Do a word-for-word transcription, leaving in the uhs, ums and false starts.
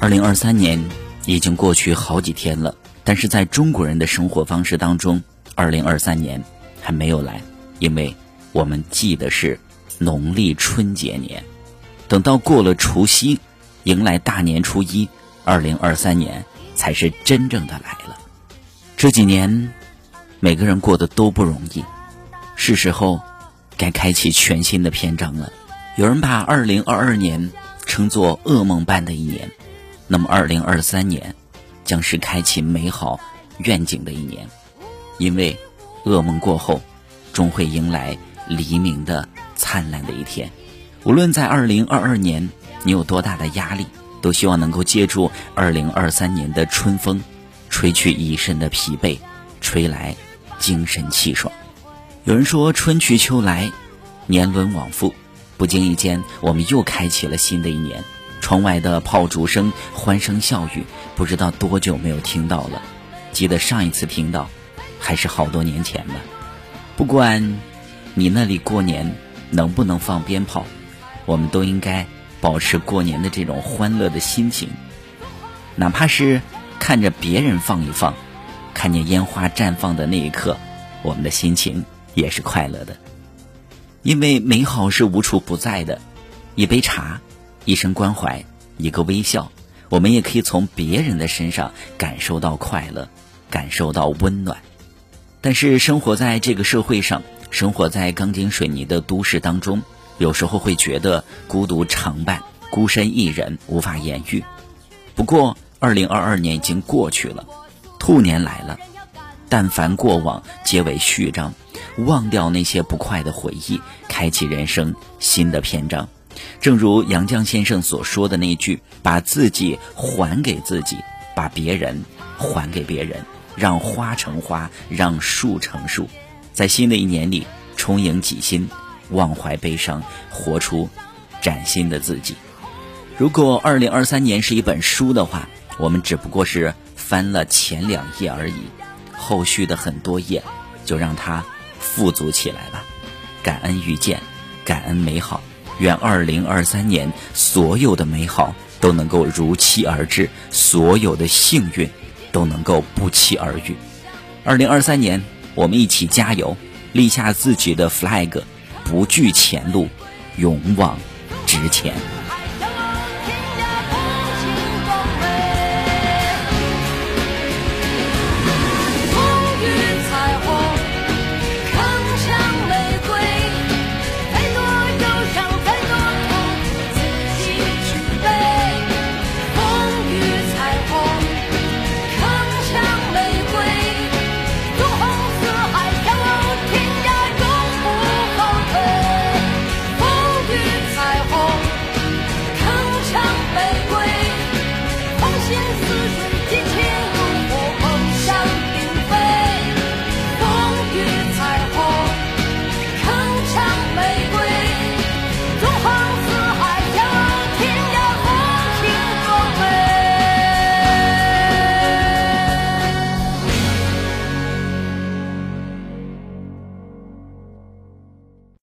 二零二三年已经过去好几天了，但是在中国人的生活方式当中，二零二三年还没有来，因为我们记的是农历春节年。等到过了除夕，迎来大年初一，二零二三年才是真正的来了。这几年每个人过得都不容易，是时候该开启全新的篇章了。有人把二零二二年称作噩梦般的一年，那么二零二三年将是开启美好愿景的一年，因为噩梦过后终会迎来黎明的灿烂的一天。无论在二零二二年你有多大的压力，都希望能够借助二零二三年的春风，吹去一身的疲惫，吹来精神气爽。有人说春去秋来，年轮往复，不经意间我们又开启了新的一年。窗外的炮竹声，欢声笑语，不知道多久没有听到了，记得上一次听到还是好多年前了。不管你那里过年能不能放鞭炮，我们都应该保持过年的这种欢乐的心情，哪怕是看着别人放一放，看见烟花绽放的那一刻，我们的心情也是快乐的。因为美好是无处不在的，一杯茶，一声关怀，一个微笑，我们也可以从别人的身上感受到快乐，感受到温暖。但是生活在这个社会上，生活在钢筋水泥的都市当中，有时候会觉得孤独常伴，孤身一人，无法言喻。不过二零二二年已经过去了，兔年来了，但凡过往皆为序章，忘掉那些不快的回忆，开启人生新的篇章。正如杨绛先生所说的那句，把自己还给自己，把别人还给别人，让花成花，让树成树。在新的一年里，充盈己心，忘怀悲伤，活出崭新的自己。如果二零二三年是一本书的话，我们只不过是翻了前两页而已，后续的很多页就让它富足起来吧。感恩遇见，感恩美好，愿二零二三年所有的美好都能够如期而至，所有的幸运都能够不期而遇。二零二三年我们一起加油，立下自己的 flag， 不惧前路，勇往直前。